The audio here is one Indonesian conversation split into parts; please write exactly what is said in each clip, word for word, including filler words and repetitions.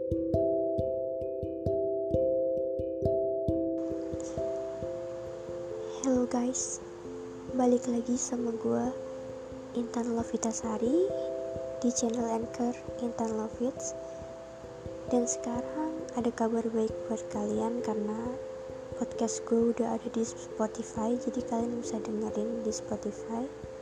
Halo guys, balik lagi sama gue Intan Lovitasari di channel Anchor Intan Lovits. Dan sekarang ada kabar baik buat kalian karena podcast gue udah ada di Spotify, jadi kalian bisa dengerin di Spotify.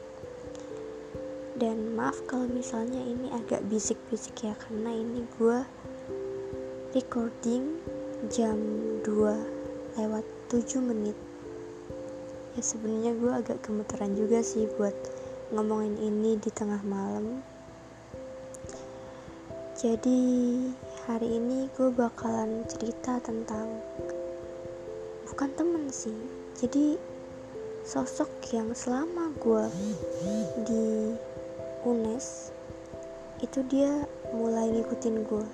Dan maaf kalau misalnya ini agak bisik-bisik ya, karena ini gue recording jam dua lewat tujuh menit. Ya sebenarnya gue agak gemeteran juga sih buat ngomongin ini di tengah malam. Jadi hari ini gue bakalan cerita tentang, bukan temen sih, jadi sosok yang selama gue di U N E S itu dia mulai ngikutin gue.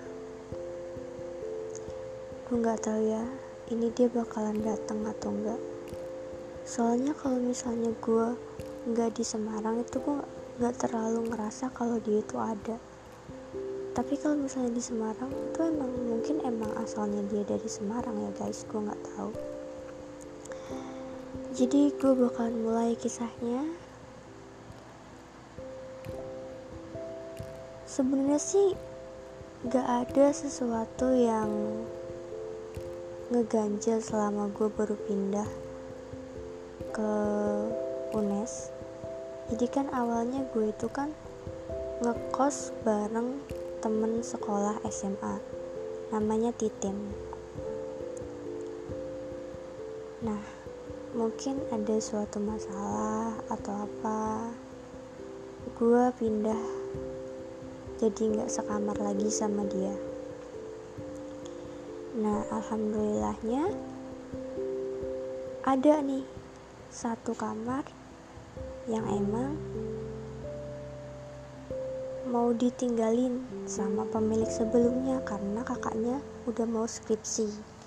Gue gak tahu ya ini dia bakalan datang atau enggak. Soalnya kalau misalnya gue nggak di Semarang itu gue nggak terlalu ngerasa kalau dia itu ada. Tapi kalau misalnya di Semarang itu emang mungkin emang asalnya dia dari Semarang ya guys, gue nggak tahu. Jadi gue bakalan mulai kisahnya. Sebenarnya sih nggak ada sesuatu yang ngeganjel selama gue baru pindah ke U N E S. Jadi kan awalnya gue itu kan ngekos bareng temen sekolah S M A namanya Titin. Nah mungkin ada suatu masalah atau apa, gue pindah jadi gak sekamar lagi sama dia. Nah alhamdulillahnya ada nih satu kamar yang emang mau ditinggalin sama pemilik sebelumnya karena kakaknya udah mau skripsi.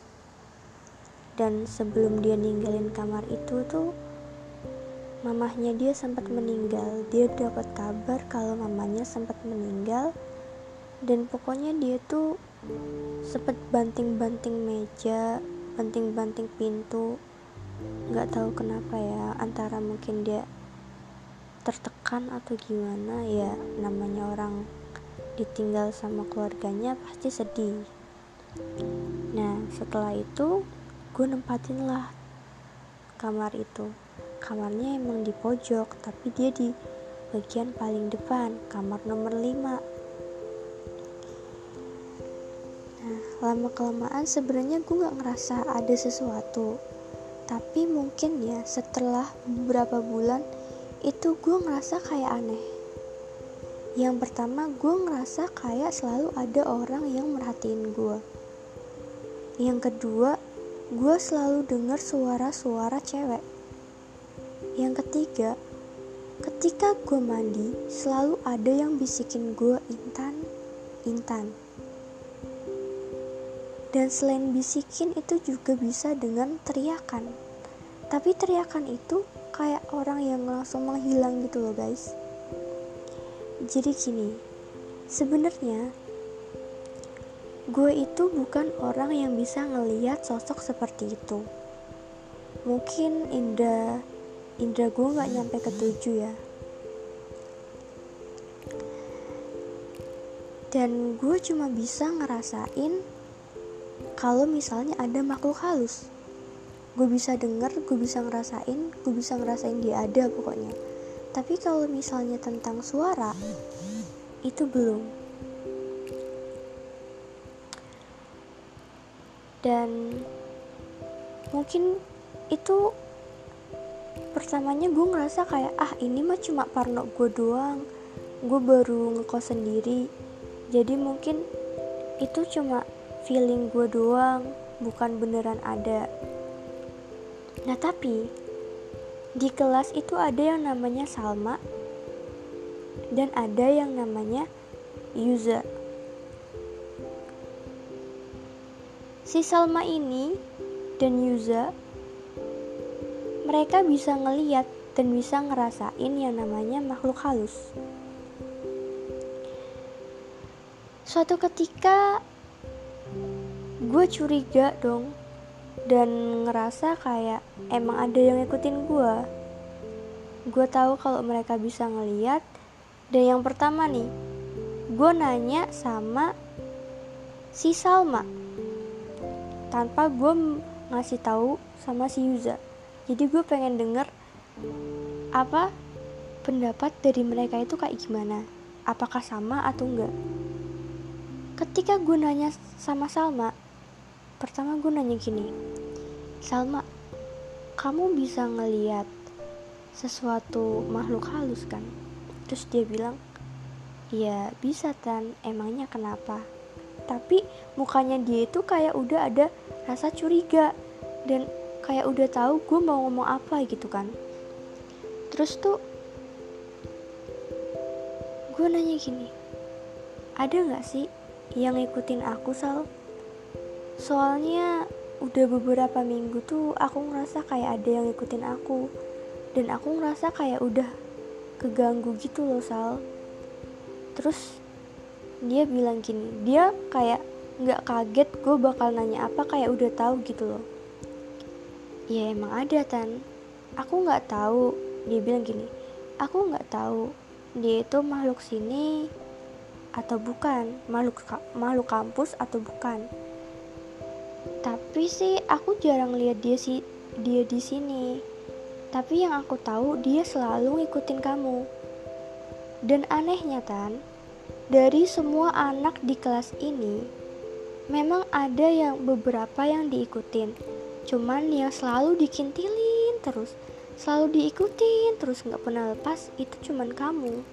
Dan sebelum dia ninggalin kamar itu tuh mamahnya dia sempat meninggal. Dia dapat kabar kalau mamanya sempat meninggal, dan pokoknya dia tuh sempat banting-banting meja, banting-banting pintu. Gak tahu kenapa ya, antara mungkin dia tertekan atau gimana ya, namanya orang ditinggal sama keluarganya pasti sedih. Nah setelah itu gue nempatin lah kamar itu. Kamarnya emang di pojok, tapi dia di bagian paling depan, kamar nomor lima. Nah lama kelamaan sebenarnya gue gak ngerasa ada sesuatu, tapi mungkin ya setelah beberapa bulan itu gue ngerasa kayak aneh. Yang pertama gue ngerasa kayak selalu ada orang yang merhatiin gue. Yang kedua gue selalu dengar suara-suara cewek. Yang ketiga, ketika gue mandi selalu ada yang bisikin gue, Intan, Intan. Dan selain bisikin itu juga bisa dengan teriakan. Tapi teriakan itu kayak orang yang langsung menghilang gitu loh guys. Jadi gini, sebenarnya gue itu bukan orang yang bisa ngelihat sosok seperti itu. Mungkin indra indra gue nggak nyampe ke tujuh ya. Dan gue cuma bisa ngerasain kalau misalnya ada makhluk halus. Gue bisa denger, gue bisa ngerasain, gue bisa ngerasain dia ada pokoknya. Tapi kalau misalnya tentang suara, itu belum. Dan mungkin itu pertamanya gue ngerasa kayak, ah ini mah cuma parno gue doang, gue baru ngekos sendiri, jadi mungkin itu cuma feeling gue doang, bukan beneran ada. Nah tapi di kelas itu ada yang namanya Salma dan ada yang namanya Yuza. Si Salma ini dan Yuza, mereka bisa ngeliat dan bisa ngerasain yang namanya makhluk halus. Suatu ketika Gue curiga dong, dan ngerasa kayak emang ada yang ngikutin gue. Gue tahu kalau mereka bisa ngeliat. Dan yang pertama nih, gue nanya sama si Salma tanpa gue ngasih tahu sama si Yuza. Jadi gue pengen denger apa pendapat dari mereka itu kayak gimana, apakah sama atau enggak. Ketika gue nanya sama Salma, pertama gue nanya gini, Salma, kamu bisa ngeliat sesuatu makhluk halus kan? Terus dia bilang, ya bisa Tan, emangnya kenapa? Tapi mukanya dia itu kayak udah ada rasa curiga dan kayak udah tahu gue mau ngomong apa gitu kan. Terus tuh gue nanya gini, ada gak sih yang ngikutin aku Sal? Soalnya udah beberapa minggu tuh aku ngerasa kayak ada yang ngikutin aku, dan aku ngerasa kayak udah keganggu gitu loh Sal. Terus dia bilang gini, dia kayak gak kaget gue bakal nanya apa, kayak udah tahu gitu loh. Ya emang ada Tan, aku gak tahu. Dia bilang gini, aku gak tahu dia itu makhluk sini atau bukan, makhluk makhluk kampus atau bukan. Tapi sih aku jarang lihat dia sih dia di sini. Tapi yang aku tahu dia selalu ngikutin kamu. Dan anehnya Tan, dari semua anak di kelas ini, memang ada yang beberapa yang diikutin. Cuman yang selalu dikintilin terus, selalu diikutin terus gak pernah lepas, itu cuman kamu.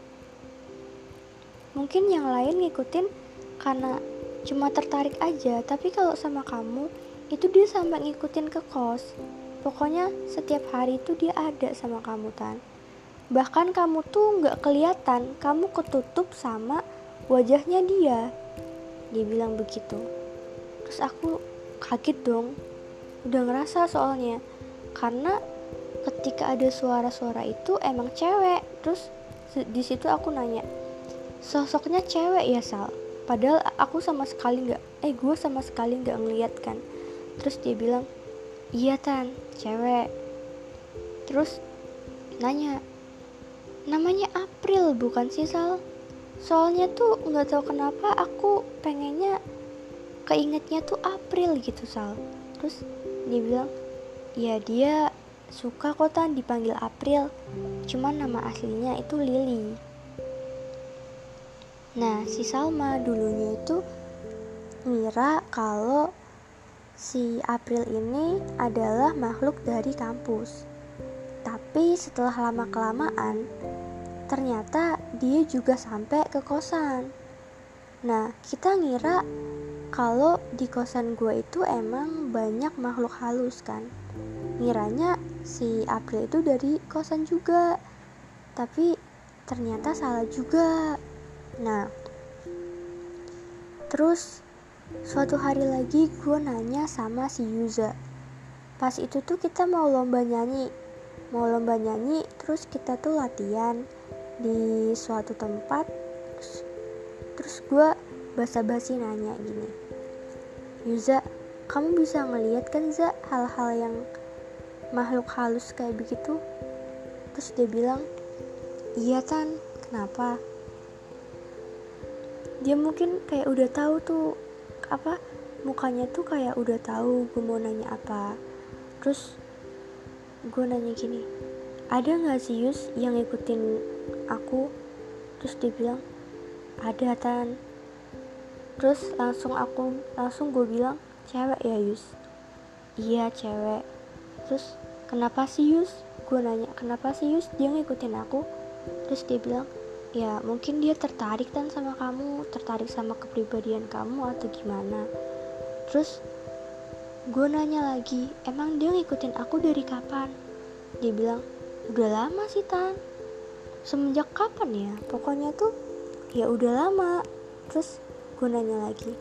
Mungkin yang lain ngikutin karena cuma tertarik aja, tapi kalau sama kamu itu dia sampai ngikutin ke kos. Pokoknya setiap hari itu dia ada sama kamu Tan. Bahkan kamu tuh gak kelihatan, kamu ketutup sama wajahnya dia. Dia bilang begitu. Terus aku kaget dong, udah ngerasa soalnya, karena ketika ada suara-suara itu emang cewek. Terus di situ aku nanya, sosoknya cewek ya Sal? Padahal aku sama sekali nggak, eh gue sama sekali nggak ngeliat kan. Terus dia bilang, iya Tan, cewek. Terus nanya, namanya April bukan sih Sal? Soalnya tuh nggak tahu kenapa aku pengennya keingetnya tuh April gitu Sal. Terus dia bilang, ya dia suka kok Tan dipanggil April, cuman nama aslinya itu Lily. Nah si Salma dulunya itu ngira kalau si April ini adalah makhluk dari kampus. Tapi setelah lama kelamaan ternyata dia juga sampai ke kosan. Nah kita ngira kalau di kosan gue itu emang banyak makhluk halus kan, ngiranya si April itu dari kosan juga, tapi ternyata salah juga. Nah terus suatu hari lagi gue nanya sama si Yuza. Pas itu tuh kita mau lomba nyanyi Mau lomba nyanyi Terus kita tuh latihan di suatu tempat. Terus, terus gue basa-basi nanya gini, Yuza, kamu bisa ngeliat kan Za hal-hal yang makhluk halus kayak begitu? Terus dia bilang, iya Tan, kenapa? Dia mungkin kayak udah tahu tuh apa, mukanya tuh kayak udah tahu gue mau nanya apa. Terus gue nanya gini, ada nggak sih Yus yang ngikutin aku? Terus dia bilang, ada Tan. Terus langsung aku langsung gue bilang, cewek ya Yus? Iya cewek. Terus kenapa sih Yus? Gue nanya, kenapa sih Yus dia ngikutin aku? Terus dia bilang, ya mungkin dia tertarik Tan sama kamu, tertarik sama kepribadian kamu atau gimana. Terus gue nanya lagi, emang dia ngikutin aku dari kapan? Dia bilang, udah lama sih Tan. Semenjak kapan ya? Pokoknya tuh ya udah lama. Terus gue nanya lagi,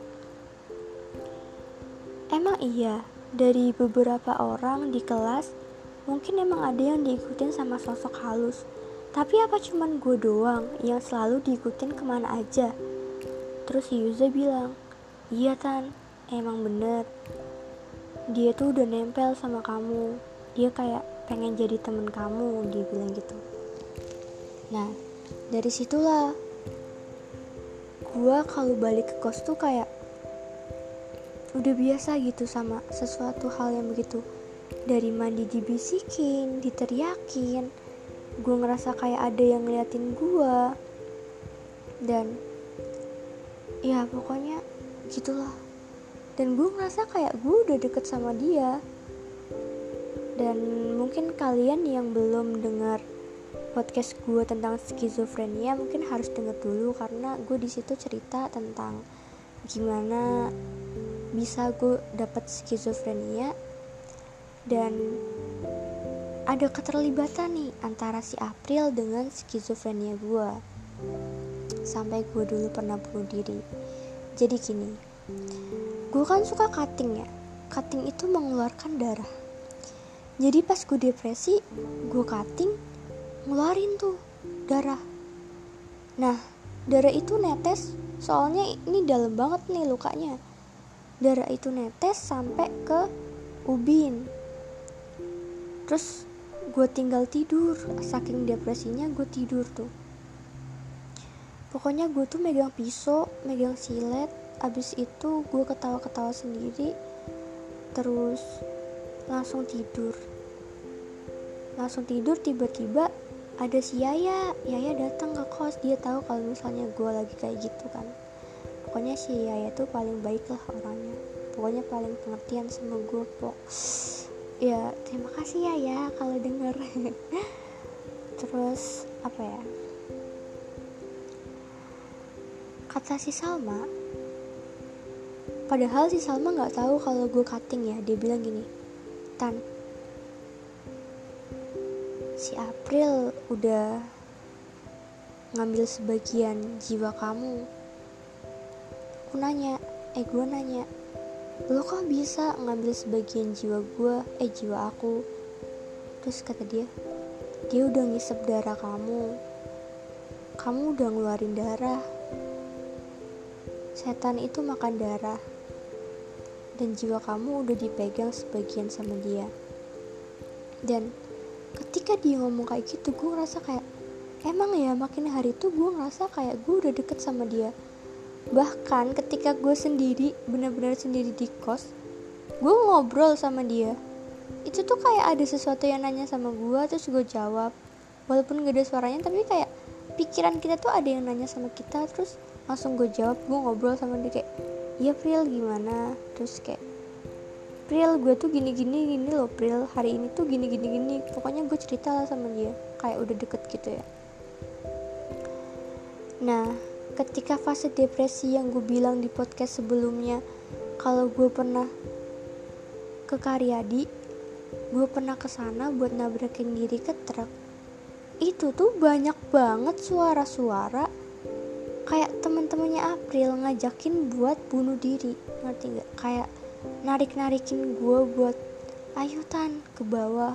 emang iya dari beberapa orang di kelas mungkin emang ada yang diikutin sama sosok halus, tapi apa cuman gue doang yang selalu diikutin kemana aja? Terus Yuza bilang, iya Tan, emang bener dia tuh udah nempel sama kamu, dia kayak pengen jadi temen kamu, dia bilang gitu. Nah dari situlah gua kalau balik ke kos tuh kayak udah biasa gitu sama sesuatu hal yang begitu. Dari mandi dibisikin, diteriakin, gue ngerasa kayak ada yang ngeliatin gue. Dan ya pokoknya gitulah. Dan gue ngerasa kayak gue udah deket sama dia. Dan mungkin kalian yang belum dengar podcast gue tentang skizofrenia mungkin harus denger dulu, karena gue di situ cerita tentang gimana bisa gue dapet skizofrenia. Dan ada keterlibatan nih antara si April dengan skizofrenia gue, sampai gue dulu pernah bunuh diri. Jadi gini, gue kan suka cutting ya. Cutting itu mengeluarkan darah. Jadi pas gue depresi, gue cutting, ngeluarin tuh darah. Nah darah itu netes, soalnya ini dalam banget nih lukanya. Darah itu netes sampai ke ubin. Terus gue tinggal tidur, saking depresinya gue tidur tuh. Pokoknya gue tuh megang pisau, megang silet. Abis itu gue ketawa-ketawa sendiri, terus langsung tidur. Langsung tidur, tiba-tiba ada si Yaya. Yaya datang ke kos, dia tahu kalau misalnya gue lagi kayak gitu kan. Pokoknya si Yaya tuh paling baik lah orangnya. Pokoknya paling pengertian sama gue, pok. Ya terima kasih Yaya kalau denger. Terus apa ya? Kata si Salma, padahal si Salma nggak tahu kalau gue cutting ya. Dia bilang gini, Tan, si April udah ngambil sebagian jiwa kamu. Aku nanya, eh gue nanya, lo kok bisa ngambil sebagian jiwa gue, eh jiwa aku? Terus kata dia, dia udah ngisep darah kamu. Kamu udah ngeluarin darah. Setan itu makan darah. Dan jiwa kamu udah dipegang sebagian sama dia. Dan ketika dia ngomong kayak gitu, gue ngerasa kayak emang ya makin hari tuh gue ngerasa kayak gue udah deket sama dia. Bahkan ketika gue sendiri, benar-benar sendiri di kos, gue ngobrol sama dia. Itu tuh kayak ada sesuatu yang nanya sama gue, terus gue jawab. Walaupun gak ada suaranya, tapi kayak pikiran kita tuh ada yang nanya sama kita, terus langsung gue jawab. Gue ngobrol sama dia kayak, iya Pril gimana? Terus kayak, Pril gue tuh gini-gini gini loh Pril, hari ini tuh gini-gini gini. Pokoknya gue cerita lah sama dia, kayak udah deket gitu ya. Nah ketika fase depresi yang gue bilang di podcast sebelumnya, kalau gue pernah ke Karyadi, gue pernah kesana buat nabrakin diri ke truk. Itu tuh banyak banget suara-suara kayak teman-temannya April ngajakin buat bunuh diri, ngerti nggak? Kayak narik-narikin gue buat ayo Tan ke bawah,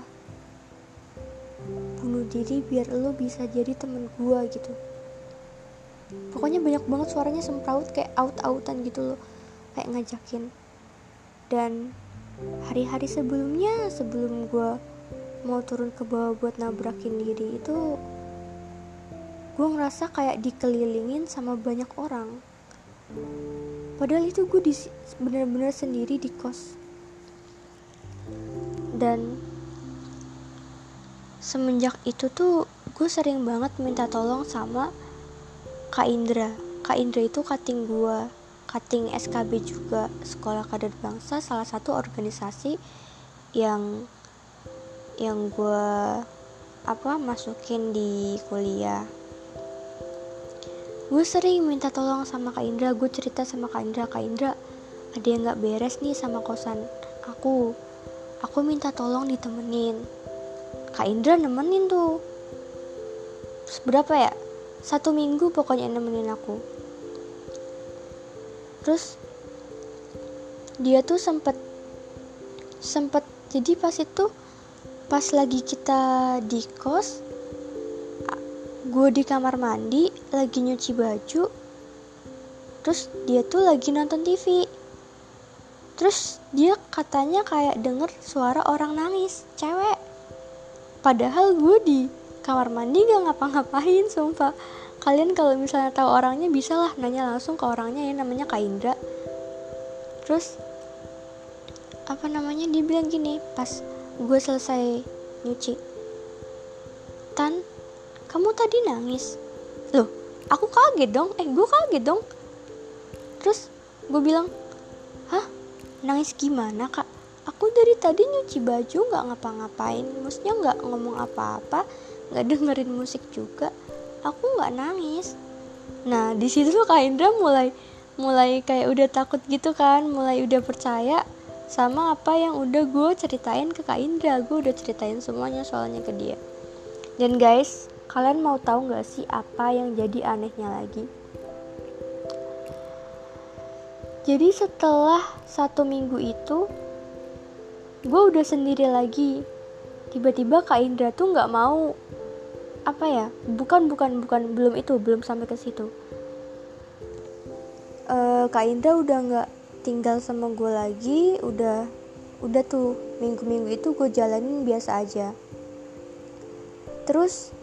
bunuh diri biar lo bisa jadi temen gue gitu. Pokoknya banyak banget suaranya sempraut kayak out-outan gitu loh, kayak ngajakin. Dan hari-hari sebelumnya, sebelum gue mau turun ke bawah buat nabrakin diri itu, gue ngerasa kayak dikelilingin sama banyak orang. Padahal itu gue di, bener-bener sendiri di kos. Dan semenjak itu tuh gue sering banget minta tolong sama Kak Indra. Kak Indra itu cutting gue, cutting S K B juga, Sekolah Kader Bangsa, salah satu organisasi yang yang gue apa masukin di kuliah. Gue sering minta tolong sama Kak Indra. Gue cerita sama Kak Indra, Kak Indra ada yang gak beres nih sama kosan aku, aku minta tolong ditemenin. Kak Indra nemenin tuh berapa ya, satu minggu pokoknya nemenin aku. Terus dia tuh sempet sempet jadi pas itu, pas lagi kita di kos, gue di kamar mandi lagi nyuci baju, terus dia tuh lagi nonton T V. Terus dia katanya kayak denger suara orang nangis, cewek. Padahal gue di kamar mandi gak ngapa-ngapain, sumpah. Kalian kalau misalnya tahu orangnya bisa lah nanya langsung ke orangnya ya, namanya Kak Indra. Terus apa namanya, dia bilang gini pas gue selesai nyuci, Tan, kamu tadi nangis? Loh, aku kaget dong, eh gue kaget dong. Terus gue bilang, hah, nangis gimana kak? Aku dari tadi nyuci baju gak ngapa-ngapain, maksudnya gak ngomong apa-apa, gak dengerin musik juga, aku gak nangis. Nah di situ tuh Kak Indra mulai mulai kayak udah takut gitu kan, mulai udah percaya sama apa yang udah gue ceritain ke Kak Indra. Gue udah ceritain semuanya soalnya ke dia. Dan guys, kalian mau tahu gak sih apa yang jadi anehnya lagi? Jadi setelah satu minggu itu gue udah sendiri lagi. Tiba-tiba Kak Indra tuh gak mau, apa ya, bukan bukan bukan belum itu, belum sampai ke situ. Uh, Kak Indra udah gak tinggal sama gue lagi, udah udah tuh minggu-minggu itu gue jalanin biasa aja. Terus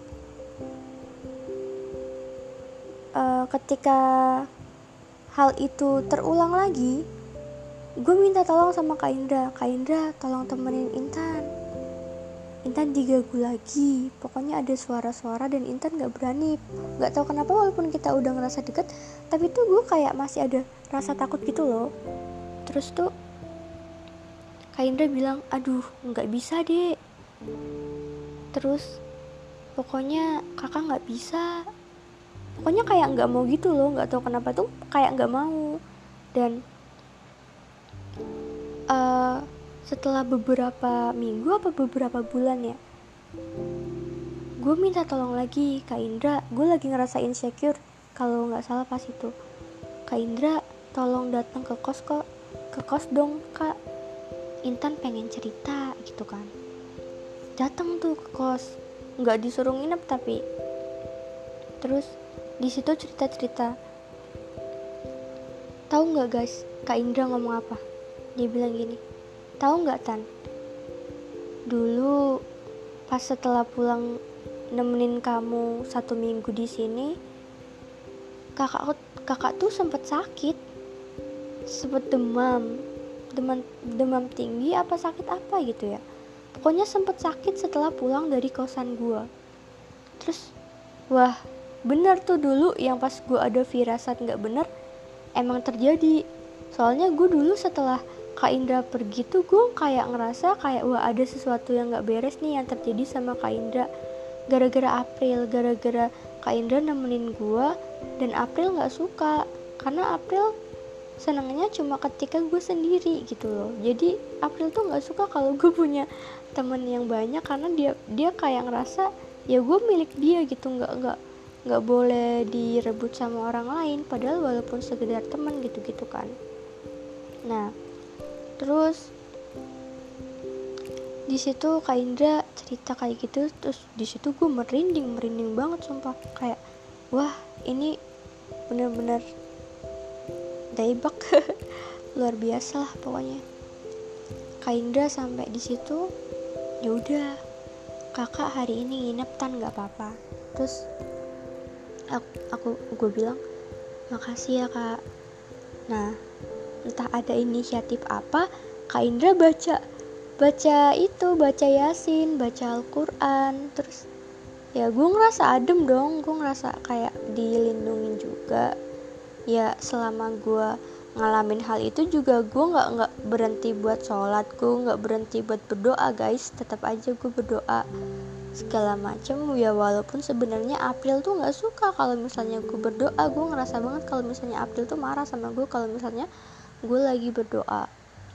uh, ketika hal itu terulang lagi, gue minta tolong sama Kak Indra, Kak Indra tolong temenin Intan, Intan diganggu lagi, pokoknya ada suara-suara dan Intan gak berani. Gak tahu kenapa walaupun kita udah ngerasa deket, tapi tuh gue kayak masih ada rasa takut gitu loh. Terus tuh Kak Indra bilang, aduh gak bisa deh, terus pokoknya kakak gak bisa, pokoknya kayak gak mau gitu loh. Gak tahu kenapa tuh kayak gak mau. Dan Uh, setelah beberapa minggu apa beberapa bulan ya, gue minta tolong lagi Kak Indra, gue lagi ngerasa insecure kalau nggak salah pas itu. Kak Indra tolong datang ke kos kok ke kos dong kak, Intan pengen cerita gitu kan. Datang tuh ke kos, nggak disuruh nginep tapi. Terus di situ cerita cerita. Tahu nggak guys, Kak Indra ngomong apa? Dia bilang gini, tahu nggak Tan, dulu pas setelah pulang nemenin kamu satu minggu di sini, kakak kakak tuh sempet sakit, sempet demam, demam demam tinggi apa sakit apa gitu ya, pokoknya sempet sakit setelah pulang dari kosan gua. Terus wah bener tuh dulu yang pas gua ada firasat nggak bener, emang terjadi. Soalnya gue dulu setelah Kak Indra pergi tuh gue kayak ngerasa kayak wah ada sesuatu yang gak beres nih yang terjadi sama Kak Indra. Gara-gara April, gara-gara Kak Indra nemenin gue dan April gak suka, karena April senangnya cuma ketika gue sendiri gitu loh. Jadi April tuh gak suka kalau gue punya temen yang banyak, karena dia dia kayak ngerasa ya gue milik dia gitu, gak, gak, gak boleh direbut sama orang lain, padahal walaupun sekedar teman gitu-gitu kan. Nah terus di situ Kak Indra cerita kayak gitu, terus di situ gue merinding merinding banget sumpah, kayak wah ini benar-benar daibak luar biasa lah pokoknya. Kak Indra sampai di situ, ya udah kakak hari ini nginep Tan nggak apa-apa. Terus aku, aku gue bilang makasih ya kak. Nah entah ada inisiatif apa, Kak Indra baca baca itu, baca Yasin, baca Al-Quran. Terus ya gue ngerasa adem dong, gue ngerasa kayak dilindungin juga. Ya selama gue ngalamin hal itu juga gue nggak nggak berhenti buat sholat, gue nggak berhenti buat berdoa guys, tetap aja gue berdoa segala macam. Ya walaupun sebenarnya April tuh nggak suka kalau misalnya gue berdoa, gue ngerasa banget kalau misalnya April tuh marah sama gue kalau misalnya gue lagi berdoa.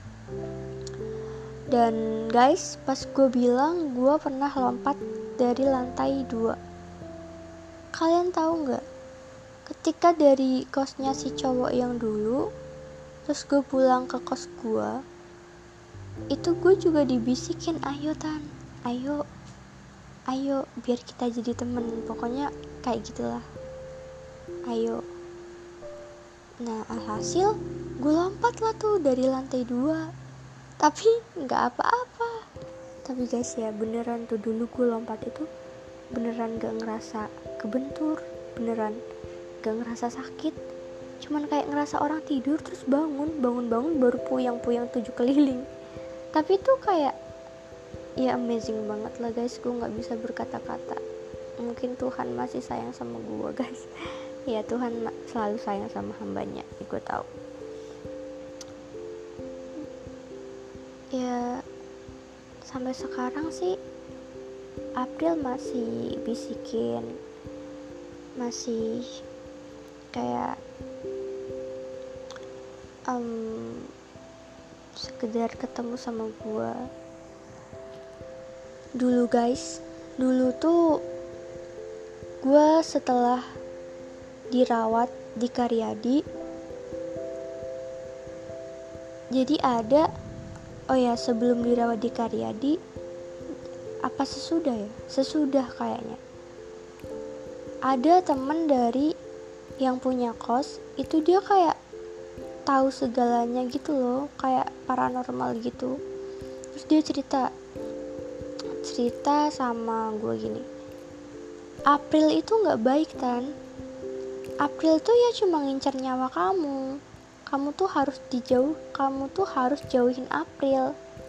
Dan guys, pas gue bilang gue pernah lompat dari lantai dua, kalian tahu nggak? Ketika dari kosnya si cowok yang dulu, terus gue pulang ke kos gue, itu gue juga dibisikin, ayo Tan, ayo, ayo biar kita jadi temen, pokoknya kayak gitulah, ayo. Nah alhasil gue lompat lah tuh dari lantai dua, tapi nggak apa-apa. Tapi guys ya, beneran tuh dulu gue lompat itu beneran gak ngerasa kebentur, beneran gak ngerasa sakit, cuman kayak ngerasa orang tidur terus bangun, bangun-bangun baru puyang-puyang tujuh keliling. Tapi tuh kayak ya amazing banget lah guys, gue nggak bisa berkata-kata. Mungkin Tuhan masih sayang sama gue guys. Ya Tuhan selalu sayang sama hambanya, ya, gue tahu. Ya sampai sekarang sih April masih bisikin, masih kayak um, sekedar ketemu sama gue. Dulu guys, dulu tuh gue setelah dirawat di Karyadi, jadi ada, oh ya sebelum dirawat di Karyadi, apa sesudah ya, sesudah kayaknya, ada temen dari yang punya kos, itu dia kayak tahu segalanya gitu loh, kayak paranormal gitu. Terus dia cerita cerita sama gue gini, April itu nggak baik Tan, April tuh ya cuma ngincar nyawa kamu, kamu tuh harus dijauh, kamu tuh harus jauhin April.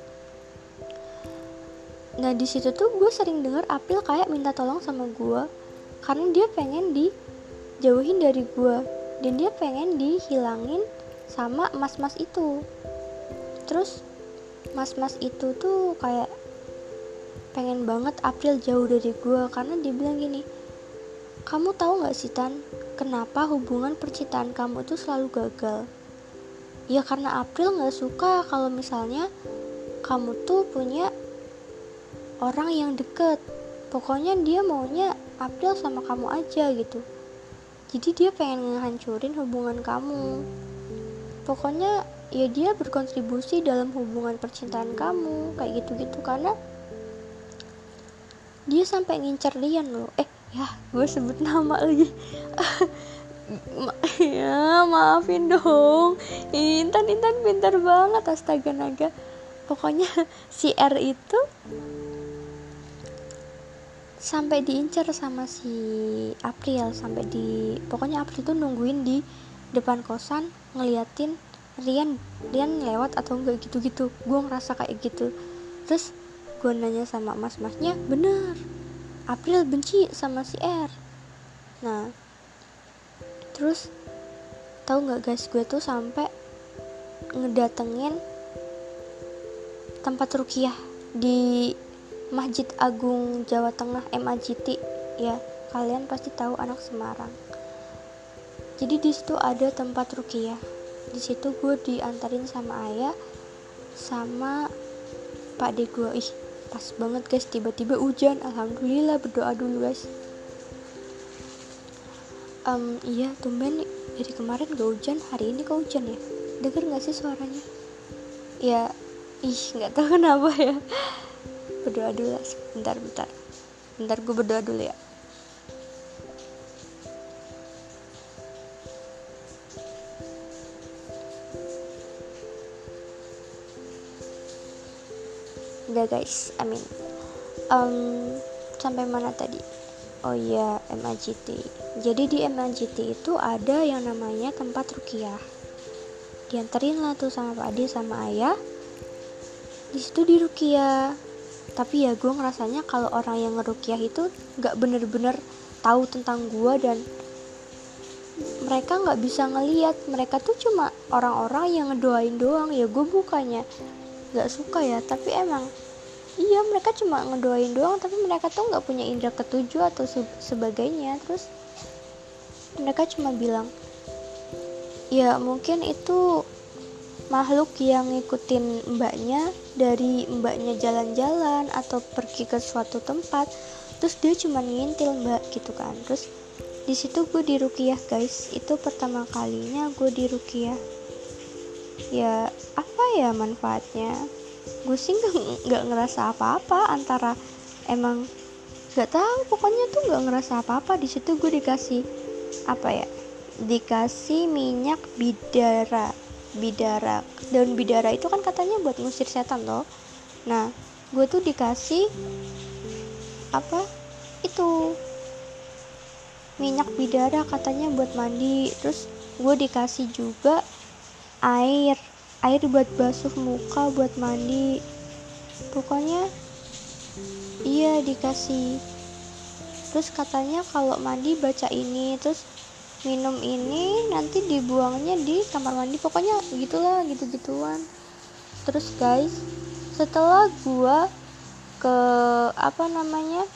Nah di situ tuh gue sering dengar April kayak minta tolong sama gue karena dia pengen dijauhin dari gue dan dia pengen dihilangin sama mas-mas itu. Terus mas-mas itu tuh kayak pengen banget April jauh dari gue karena dia bilang gini, kamu tahu nggak sih Tan, kenapa hubungan percintaan kamu tuh selalu gagal? Ya karena April nggak suka kalau misalnya kamu tuh punya orang yang deket, pokoknya dia maunya April sama kamu aja gitu, jadi dia pengen ngehancurin hubungan kamu. Pokoknya ya dia berkontribusi dalam hubungan percintaan kamu kayak gitu-gitu, karena dia sampai ngincer Rian loh. Eh ya gue sebut nama lagi. Ma- ya maafin dong, Intan Intan pintar banget, astaga naga. Pokoknya si R itu sampai diincar sama si April, sampai di pokoknya April tuh nungguin di depan kosan ngeliatin Rian Rian lewat atau enggak gitu-gitu. Gue ngerasa kayak gitu. Terus gue nanya sama mas-masnya, bener April benci sama si R. Nah terus tahu nggak guys, gue tuh sampai ngedatengin tempat ruqyah di Masjid Agung Jawa Tengah, M A J T ya, kalian pasti tahu anak Semarang. Jadi di situ ada tempat ruqyah. Di situ gue diantarin sama ayah sama Pak De gue. Ih pas banget guys, tiba-tiba hujan, alhamdulillah, berdoa dulu guys. Um, iya tumben dari kemarin gak hujan, hari ini kok hujan ya, denger gak sih suaranya? Ya ih gak tahu kenapa ya. Berdoa dulu lah, bentar bentar bentar gue berdoa dulu ya. Udah guys, amin. um, sampai mana tadi? Oh iya, M A J T. Jadi di M A J T itu ada yang namanya tempat ruqyah. Dianterin lah tuh sama Pak Ade sama ayah. Di situ di ruqyah. Tapi ya gue ngerasanya kalau orang yang ngeruqyah itu nggak bener-bener tahu tentang gue dan mereka nggak bisa ngelihat. Mereka tuh cuma orang-orang yang ngedoain doang. Ya gue bukannya nggak suka ya, tapi emang iya mereka cuma ngedoain doang, tapi mereka tuh nggak punya indera ketujuh atau sebagainya. Terus mereka cuma bilang ya mungkin itu makhluk yang ngikutin mbaknya, dari mbaknya jalan-jalan atau pergi ke suatu tempat, terus dia cuma ngintil mbak gitu kan. Terus di situ gue diruqyah guys, itu pertama kalinya gue diruqyah. Ya apa ya manfaatnya? Gue sih nggak nggak ngerasa apa-apa, antara emang nggak tahu, pokoknya tuh nggak ngerasa apa-apa. Di situ gue dikasih apa ya? Dikasih minyak bidara. bidara. Daun bidara itu kan katanya buat ngusir setan loh. Nah gue tuh dikasih apa itu minyak bidara katanya buat mandi. Terus gue dikasih juga air air buat basuh muka, buat mandi. Pokoknya iya dikasih. Terus katanya kalau mandi baca ini, terus minum ini, nanti dibuangnya di kamar mandi. Pokoknya gitulah, gitu-gituan. Terus guys, setelah gua ke apa namanya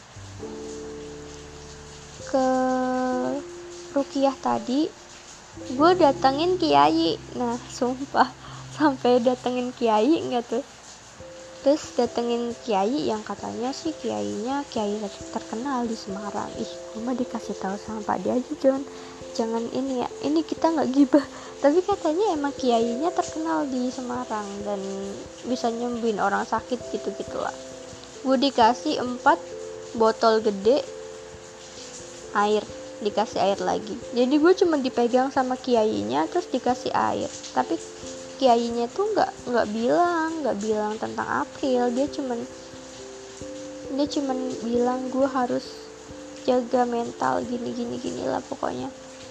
ke ruqyah tadi, gue datengin kiai. Nah sumpah sampai datengin kiai nggak tuh. Terus datengin kiai yang katanya sih kiainya kiai terkenal di Semarang. Ih, gue mah dikasih tahu sama Pak dia aja, John, jangan ini ya, ini kita nggak gibah, tapi katanya emang kiainya terkenal di Semarang dan bisa nyembuhin orang sakit gitu gitulah. Gue dikasih empat botol gede air, dikasih air lagi. Jadi gue cuma dipegang sama kiainya terus dikasih air, tapi kiainya tuh nggak nggak bilang nggak bilang tentang April. Dia cuman dia cuman bilang gue harus jaga mental gini gini gini lah pokoknya.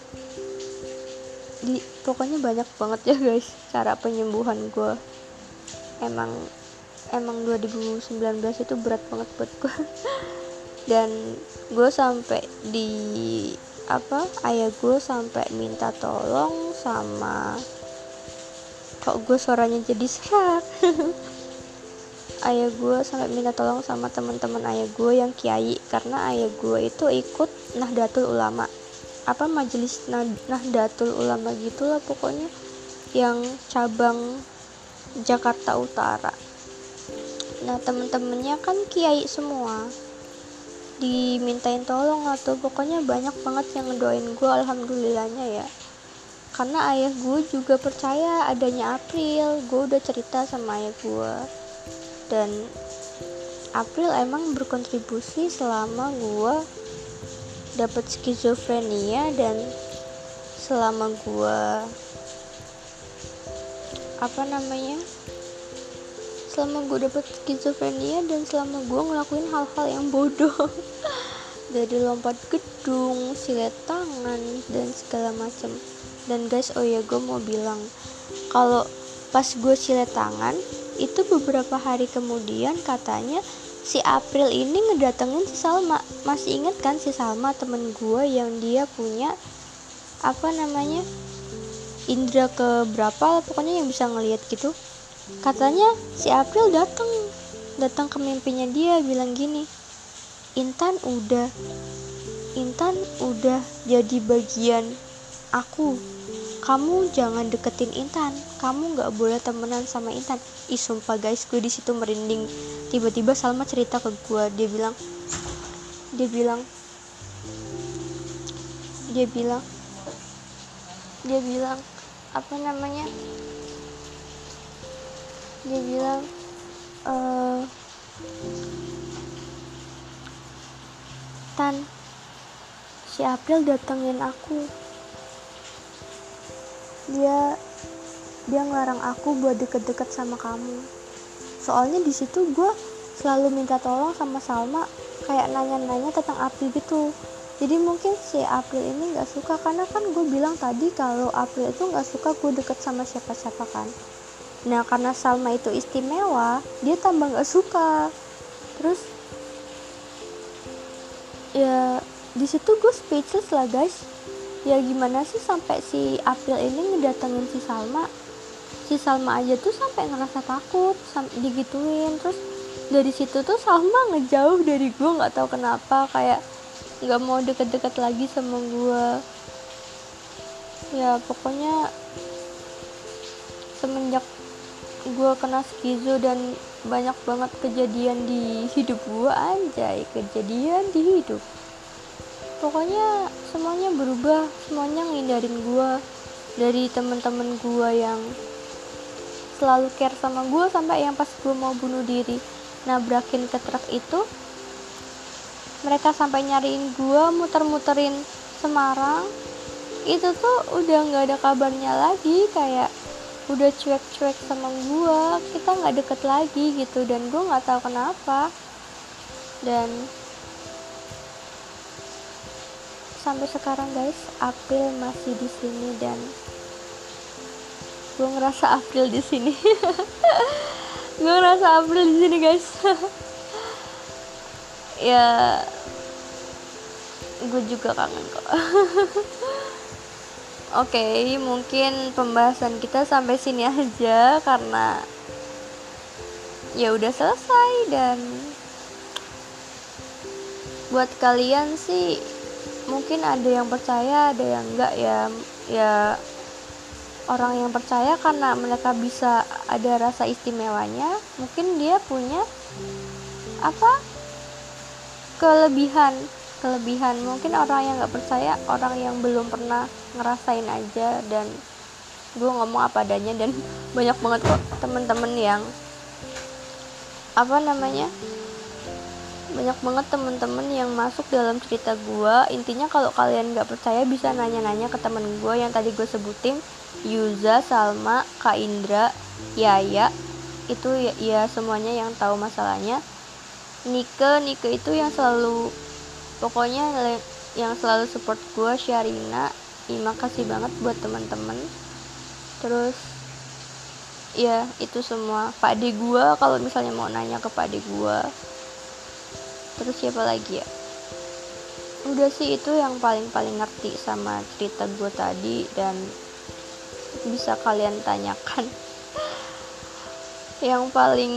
Di pokoknya banyak banget ya guys cara penyembuhan gue. Emang emang dua ribu sembilan belas itu berat banget buat gue. Dan gue sampai di apa ayah gue sampai minta tolong sama, kok gue suaranya jadi serak. Ayah gue sampai minta tolong sama teman-teman ayah gue yang kiai, karena ayah gue itu ikut Nahdlatul Ulama, apa majelis Nahdlatul Ulama gitulah pokoknya, yang cabang Jakarta Utara. Nah temen-temennya kan kiai semua, dimintain tolong atau pokoknya banyak banget yang ngedoain gue. Alhamdulillahnya ya, karena ayah gue juga percaya adanya April. Gue udah cerita sama ayah gue, dan April emang berkontribusi selama gue dapet skizofrenia, dan selama gue apa namanya selama gue dapet skizofrenia dan selama gue ngelakuin hal-hal yang bodoh. Dari lompat gedung, silet tangan, dan segala macem. Dan guys, oh ya gue mau bilang, kalau pas gue silet tangan itu beberapa hari kemudian katanya si April ini ngedatengin si Salma. Masih inget kan si Salma, temen gue yang dia punya apa namanya indra keberapa pokoknya yang bisa ngelihat gitu. Katanya si April datang datang ke mimpinya dia, bilang gini, Intan udah Intan udah jadi bagian aku, kamu jangan deketin Intan, kamu nggak boleh temenan sama Intan. Ih sumpah guys, gue di situ merinding. Tiba-tiba Salma cerita ke gue, dia bilang dia bilang dia bilang dia bilang apa namanya dia bilang uh, Tan, si April datengin aku, dia dia ngelarang aku buat deket-deket sama kamu. Soalnya di situ gue selalu minta tolong sama Salma, kayak nanya-nanya tentang April gitu. Jadi mungkin si April ini nggak suka, karena kan gue bilang tadi kalau April itu nggak suka gue deket sama siapa-siapa kan. Nah karena Salma itu istimewa, dia tambah nggak suka. Terus ya di situ gue speechless lah guys. Ya gimana sih sampai si April ini ngedatengin si Salma. Si Salma aja tuh sampai ngerasa takut sampai digituin. Terus dari situ tuh Salma ngejauh dari gue, nggak tahu kenapa, kayak nggak mau deket-deket lagi sama gue. Ya pokoknya semenjak gue kena skizo dan banyak banget kejadian di hidup gue, anjay kejadian di hidup, pokoknya semuanya berubah, semuanya ngindarin gue dari temen-temen gue yang selalu care sama gue, sampai yang pas gue mau bunuh diri nabrakin ke truk itu, mereka sampai nyariin gue, muter-muterin Semarang. Itu tuh udah nggak ada kabarnya lagi, kayak udah cuek-cuek sama gue, kita nggak deket lagi gitu, dan gue nggak tahu kenapa. Dan sampai sekarang guys, April masih di sini dan gue ngerasa April di sini. Gue ngerasa April di sini guys. Ya, gue juga kangen kok. Oke, okay, mungkin pembahasan kita sampai sini aja karena ya udah selesai. Dan buat kalian sih mungkin ada yang percaya, ada yang enggak ya. Ya orang yang percaya karena mereka bisa ada rasa istimewanya, mungkin dia punya apa kelebihan kelebihan mungkin orang yang nggak percaya, orang yang belum pernah ngerasain aja. Dan gue ngomong apa adanya, dan banyak banget kok temen-temen yang apa namanya banyak banget temen-temen yang masuk dalam cerita gue. Intinya kalau kalian nggak percaya bisa nanya-nanya ke temen gue yang tadi gue sebutin, Yuza, Salma, Kak Indra, Yaya, itu ya, ya semuanya yang tahu masalahnya. Nike, Nike itu yang selalu, pokoknya yang selalu support gue. Syarina, terima kasih banget buat teman-teman. Terus ya itu semua. Pak De gue kalau misalnya mau nanya ke Pak De gue. Terus siapa lagi ya, udah sih itu yang paling-paling ngerti sama cerita gue tadi dan bisa kalian tanyakan. Yang paling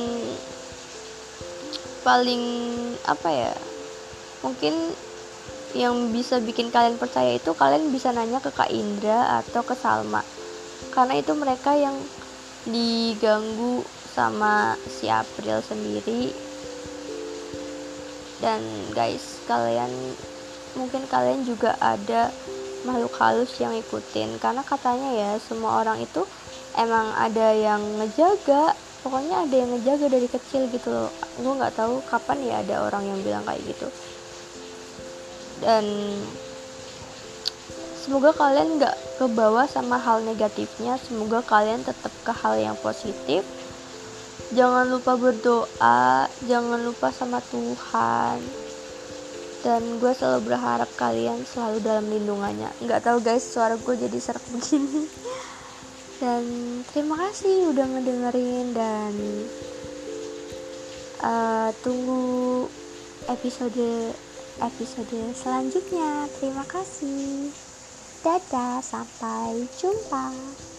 paling apa ya, mungkin yang bisa bikin kalian percaya itu kalian bisa nanya ke Kak Indra atau ke Salma, karena itu mereka yang diganggu sama si April sendiri. Dan guys, kalian mungkin kalian juga ada makhluk halus yang ikutin, karena katanya ya semua orang itu emang ada yang ngejaga, pokoknya ada yang ngejaga dari kecil gitu loh. Gue nggak tahu kapan ya ada orang yang bilang kayak gitu. Dan semoga kalian nggak kebawa sama hal negatifnya, semoga kalian tetap ke hal yang positif. Jangan lupa berdoa, jangan lupa sama Tuhan. Dan gue selalu berharap kalian selalu dalam lindungannya. Nggak tahu guys, suara gue jadi serak begini. Dan terima kasih udah ngedengerin, dan uh, tunggu episode episode selanjutnya. Terima kasih. Dadah, sampai jumpa.